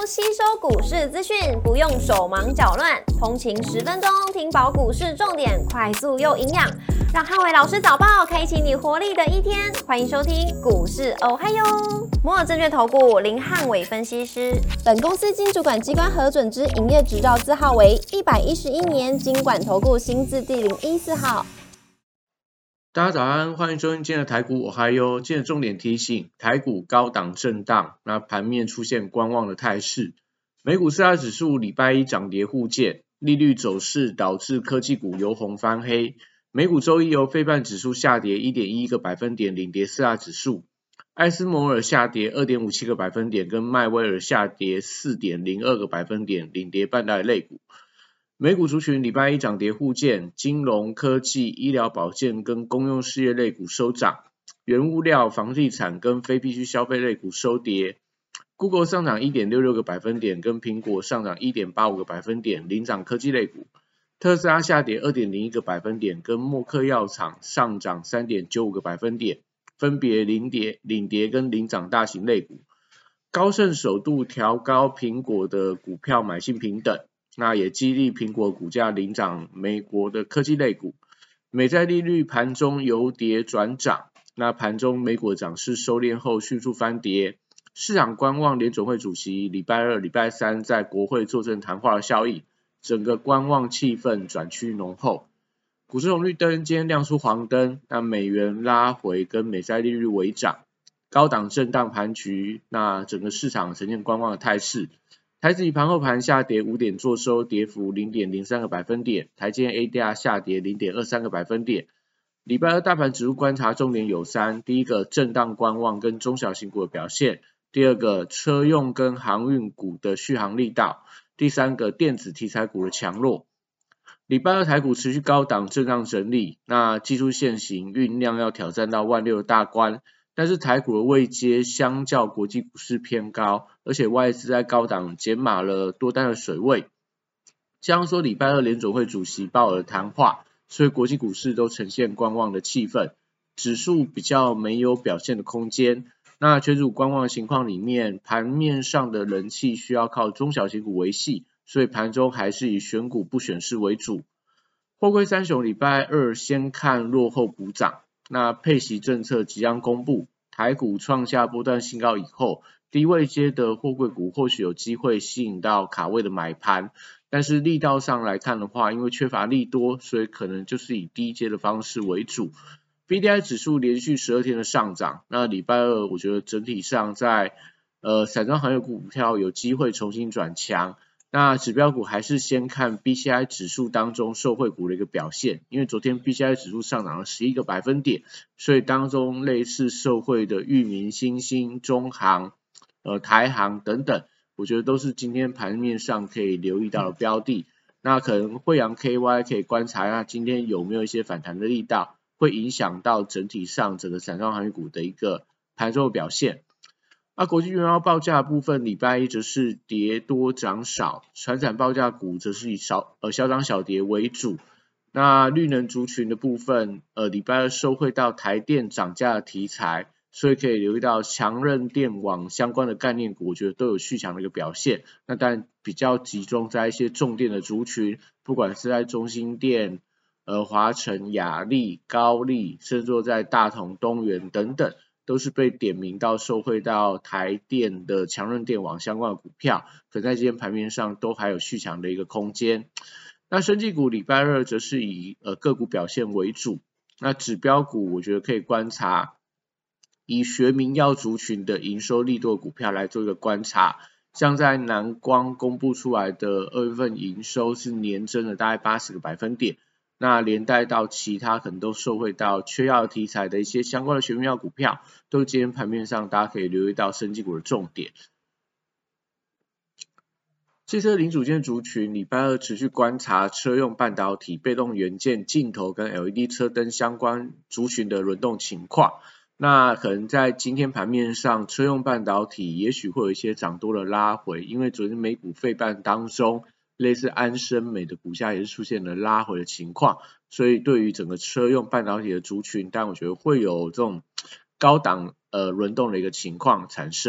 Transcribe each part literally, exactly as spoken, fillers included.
吸收股市资讯，不用手忙脚乱，通勤十分钟听饱股市重点，快速又营养，让汉伟老师早报开启你活力的一天。欢迎收听股市哦嗨哟，摩尔证券投顾林汉伟分析师。本公司经主管机关核准之营业执照字号为一百一十一年金管投顾新字第零一四号。 大家早安，欢迎收听今天的台股我嗨哟。今天的重点提醒，台股高档震荡，那盘面出现观望的态势。美股四大指数礼拜一涨跌互见，利率走势导致科技股由红翻黑。美股周一由费半指数下跌 一点一一 个百分点领跌四大指数，艾斯摩尔下跌 二点五七 个百分点，跟迈威尔下跌 四点零二 个百分点领跌半导体类股。美股族群礼拜一涨跌互见，金融、科技、医疗保健跟公用事业类股收涨，原物料、房地产跟非必需消费类股收跌。Google 上涨 一点六六 个百分点，跟苹果上涨 一点八五 个百分点，领涨科技类股。特斯拉下跌 二点零一 个百分点，跟默克药厂上涨 三点九五 个百分点，分别领跌、领跌跟领涨大型类股。高盛首度调高苹果的股票买进评等，那也激励苹果股价领涨美国的科技类股。美债利率盘中由跌转涨，那盘中美股涨势收敛后迅速翻跌，市场观望联准会主席礼拜二、礼拜三在国会作证谈话的效应，整个观望气氛转趋浓厚。股市红绿灯今天亮出黄灯，那美元拉回跟美债利率微涨，高档震荡盘局，那整个市场呈现观望的态势。台指期盘后盘下跌五点作收，跌幅 零点零三 个百分点，台积电 A D R 下跌 零点二三 个百分点。礼拜二大盘指数观察重点有三，第一个震荡观望跟中小型股的表现，第二个车用跟航运股的续航力道，第三个电子题材股的强弱。礼拜二台股持续高档震荡整理，那技术线型酝酿要挑战到万六的大关，但是台股的位阶相较国际股市偏高，而且外资在高档减码了多单的水位。加上说礼拜二联准会主席鲍尔谈话，所以国际股市都呈现观望的气氛，指数比较没有表现的空间。那全组观望的情况里面，盘面上的人气需要靠中小型股维系，所以盘中还是以选股不选市为主。货柜三雄礼拜二先看落后补涨，那配息政策即将公布，台股创下波段新高以后，低位阶的货柜股或许有机会吸引到卡位的买盘，但是力道上来看的话，因为缺乏利多，所以可能就是以低阶的方式为主。B D I 指数连续十二天的上涨，那礼拜二我觉得整体上在呃散装航运股票有机会重新转强。那指标股还是先看 B C I 指数当中受惠股的一个表现，因为昨天 B C I 指数上涨了十一个百分点，所以当中类似受惠的裕民、新兴、中航、呃台航等等，我觉得都是今天盘面上可以留意到的标的。那可能慧洋 K Y 可以观察一下今天有没有一些反弹的力道，会影响到整体上整个散装航运股的一个盘中的表现。那国际原油报价的部分，礼拜一则是跌多涨少，传产报价股则是以小呃小涨小跌为主。那绿能族群的部分，呃礼拜二受惠到台电涨价的题材，所以可以留意到强韧电网相关的概念股，我觉得都有续强的一个表现。那当然比较集中在一些重电的族群，不管是在中兴电、呃华城、亚力、高力，甚至在大同、东元等等，都是被点名到受惠到台电的强韧电网相关的股票，可在今天盘面上都还有续强的一个空间。那生技股礼拜二则是以呃个股表现为主，那指标股我觉得可以观察以学名药族群的营收力度的股票来做一个观察，像在南光公布出来的二月份营收是年增了大概八十个百分点，那连带到其他可能都受惠到缺药题材的一些相关的学名药股票，都是今天盘面上大家可以留意到生技股的重点。汽车零组件族群礼拜二持续观察车用半导体、被动元件、镜头跟 L E D 车灯相关族群的轮动情况。那可能在今天盘面上，车用半导体也许会有一些涨多的拉回，因为昨天美股费半当中，类似安森美的股价也是出现了拉回的情况，所以对于整个车用半导体的族群，但我觉得会有这种高档呃轮动的一个情况产生。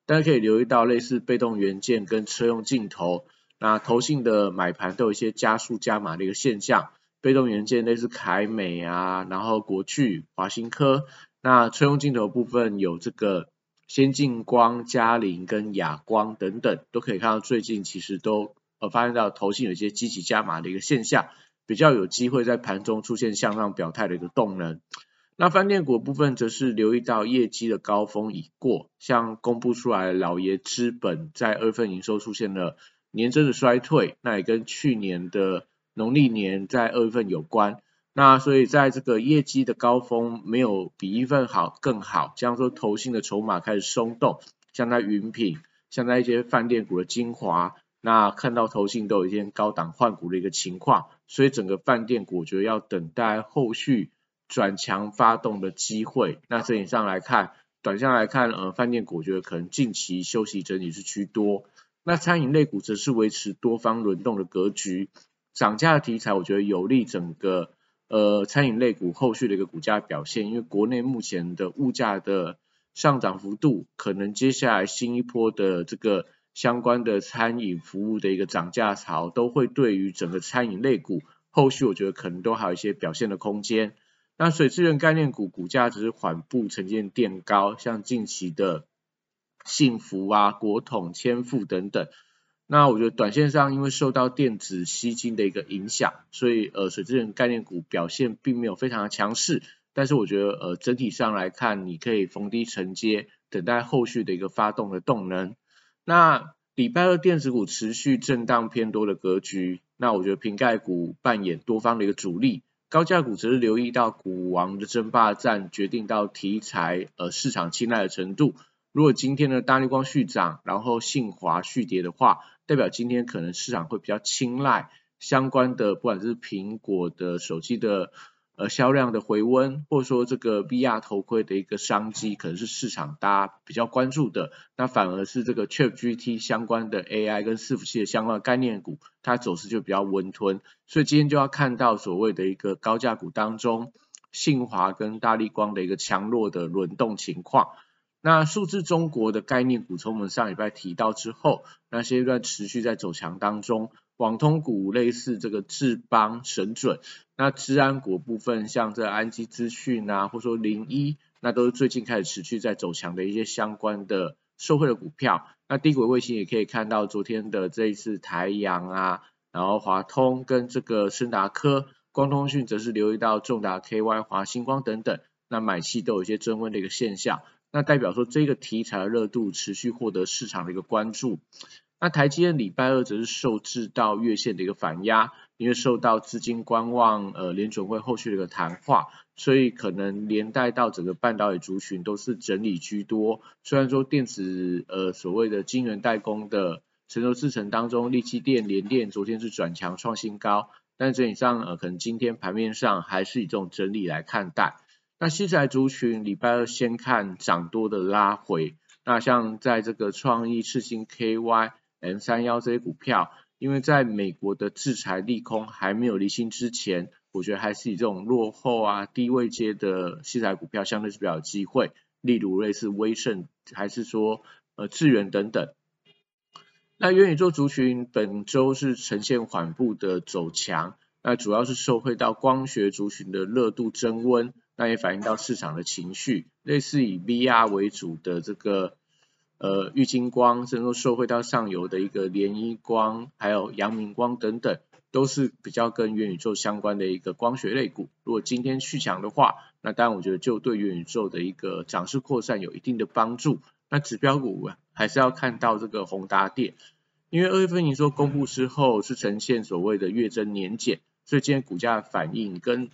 大家可以留意到类似被动元件跟车用镜头，那投信的买盘都有一些加速加码的一个现象。被动元件类似凯美啊，然后国巨、华新科，那车用镜头部分有这个先进光、嘉陵跟亚光等等，都可以看到最近其实都呃发现到投信有一些积极加码的一个现象，比较有机会在盘中出现向上表态的一个动能。那饭店股部分则是留意到业绩的高峰已过，像公布出来的老爷资本在二月份营收出现了年增的衰退，那也跟去年的农历年在二月份有关。那所以在这个业绩的高峰没有比一月份好更好，这样说投信的筹码开始松动，像在云品，像在一些饭店股的精华，那看到投信都有一些高档换股的一个情况，所以整个饭店股我觉得要等待后续转强发动的机会。那整体上来看，短线来看，呃，饭店股我觉得可能近期休息整理是居多。那餐饮类股则是维持多方轮动的格局，涨价的题材我觉得有利整个呃餐饮类股后续的一个股价表现，因为国内目前的物价的上涨幅度，可能接下来新一波的这个相关的餐饮服务的一个涨价潮，都会对于整个餐饮类股后续我觉得可能都还有一些表现的空间。那水资源概念股股价只是缓步呈现垫高，像近期的幸福啊、国统、千富等等。那我觉得短线上因为受到电子吸金的一个影响，所以呃水资源概念股表现并没有非常的强势，但是我觉得呃整体上来看，你可以逢低承接，等待后续的一个发动的动能。那礼拜二电子股持续震荡偏多的格局，那我觉得瓶盖股扮演多方的一个主力。高价股则是留意到股王的争霸战，决定到题材呃市场青睐的程度。如果今天的大立光续涨，然后信华续跌的话，代表今天可能市场会比较青睐相关的，不管是苹果的手机的呃销量的回温，或者说这个 V R 头盔的一个商机，可能是市场大家比较关注的。那反而是这个 ChatGPT 相关的 A I 跟伺服器的相关的概念股，它走势就比较温吞。所以今天就要看到所谓的一个高价股当中，信华跟大立光的一个强弱的轮动情况。那数字中国的概念股，从我们上礼拜提到之后，那些段持续在走强当中，网通股类似这个智邦、神准，那治安股部分像这安基资讯啊，或者说零一，那都是最近开始持续在走强的一些相关的受惠的股票。那低轨卫星也可以看到昨天的这一次台阳啊，然后华通跟这个昇達科，光通讯则是留意到重达 K Y、华星光等等，那买气都有一些增温的一个现象。那代表说这个题材的热度持续获得市场的一个关注。那台积电礼拜二则是受制到月线的一个反压，因为受到资金观望呃联准会后续的一个谈话，所以可能连带到整个半导体族群都是整理居多。虽然说电子呃所谓的晶圆代工的成熟制程当中，力积电、联电昨天是转强创新高，但整体上呃可能今天盘面上还是以这种整理来看待。那矽材族群礼拜二先看涨多的拉回，那像在这个创意、世芯 K Y、M 三十一 这些股票，因为在美国的制裁利空还没有离心之前，我觉得还是以这种落后啊低位阶的矽材股票相对是比较有机会，例如类似威盛还是说呃智原等等。那元宇宙族群本周是呈现缓步的走强，那主要是受惠到光学族群的热度增温，那也反映到市场的情绪，类似以 V R 为主的这个呃玉晶光，甚至说受惠到上游的一个联一光，还有阳明光等等，都是比较跟元宇宙相关的一个光学类股。如果今天续强的话，那当然我觉得就对元宇宙的一个涨势扩散有一定的帮助。那指标股还是要看到这个宏达电，因为二月份营收公布之后是呈现所谓的月增年减，所以今天股价的反应跟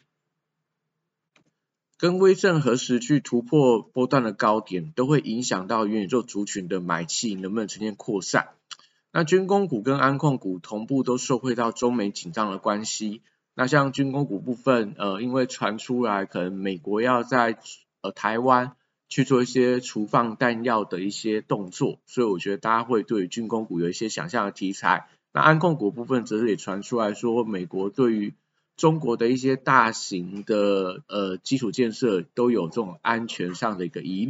跟威盛何时去突破波段的高点，都会影响到元宇宙族群的买气能不能呈现扩散。那军工股跟安控股同步都受惠到中美紧张的关系。那像军工股部分，呃，因为传出来可能美国要在呃台湾去做一些储放弹药的一些动作，所以我觉得大家会对军工股有一些想象的题材。那安控股部分则是也传出来说，美国对于中国的一些大型的呃基础建设都有这种安全上的一个疑虑，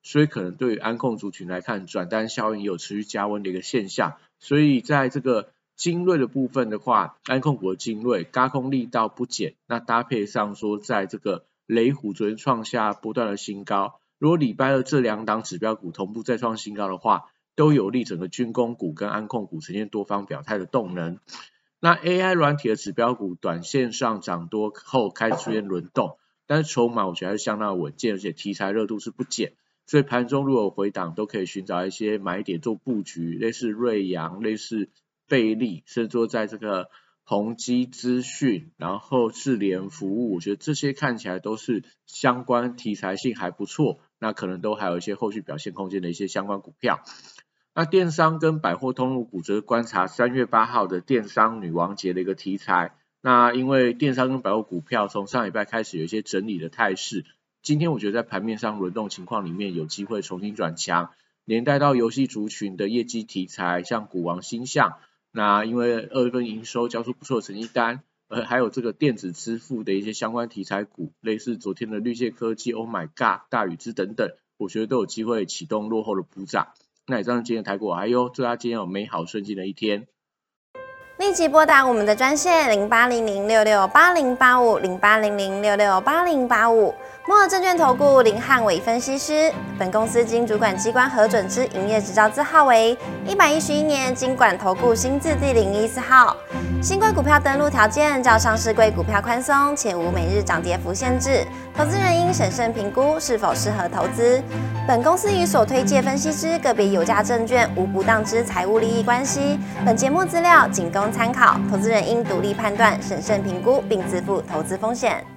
所以可能对于安控族群来看，转单效应也有持续加温的一个现象。所以在这个精锐的部分的话，安控股的精锐軋空力道不减，那搭配上说在这个雷虎昨天创下波段的新高，如果礼拜二这两档指标股同步再创新高的话，都有利整个军工股跟安控股呈现多方表态的动能。那 A I 软体的指标股短线上涨多后开始出现轮动，但是筹码我觉得还是相当稳健，而且题材热度是不减，所以盘中如果有回档都可以寻找一些买点做布局，类似瑞阳、类似贝利，甚至说在这个宏基资讯，然后智联服务，我觉得这些看起来都是相关题材性还不错，那可能都还有一些后续表现空间的一些相关股票。那电商跟百货通路股则观察三月八号的电商女王节的一个题材，那因为电商跟百货股票从上礼拜开始有一些整理的态势，今天我觉得在盘面上轮动情况里面有机会重新转强，连带到游戏族群的业绩题材，像股王星象，那因为二月份营收交出不错的成绩单，呃，还有这个电子支付的一些相关题材股，类似昨天的绿界科技、Oh my God、大宇资等等，我觉得都有机会启动落后的补涨。那以上今天的台股还有祝大家今天有美好顺境的一天。 立即拨打我们的专线零八零零六六八零八五零八零零六六八零八五。摩尔证券投顾林汉伟分析师，本公司经主管机关核准之营业执照字号为一百一十一年金管投顾新字第零一四号。新规股票登录条件较上市柜股票宽松，且无每日涨跌幅限制，投资人应审慎评估是否适合投资。本公司与所推介分析之个别有价证券无不当之财务利益关系。本节目资料仅供参考，投资人应独立判断、审慎评估，并自负投资风险。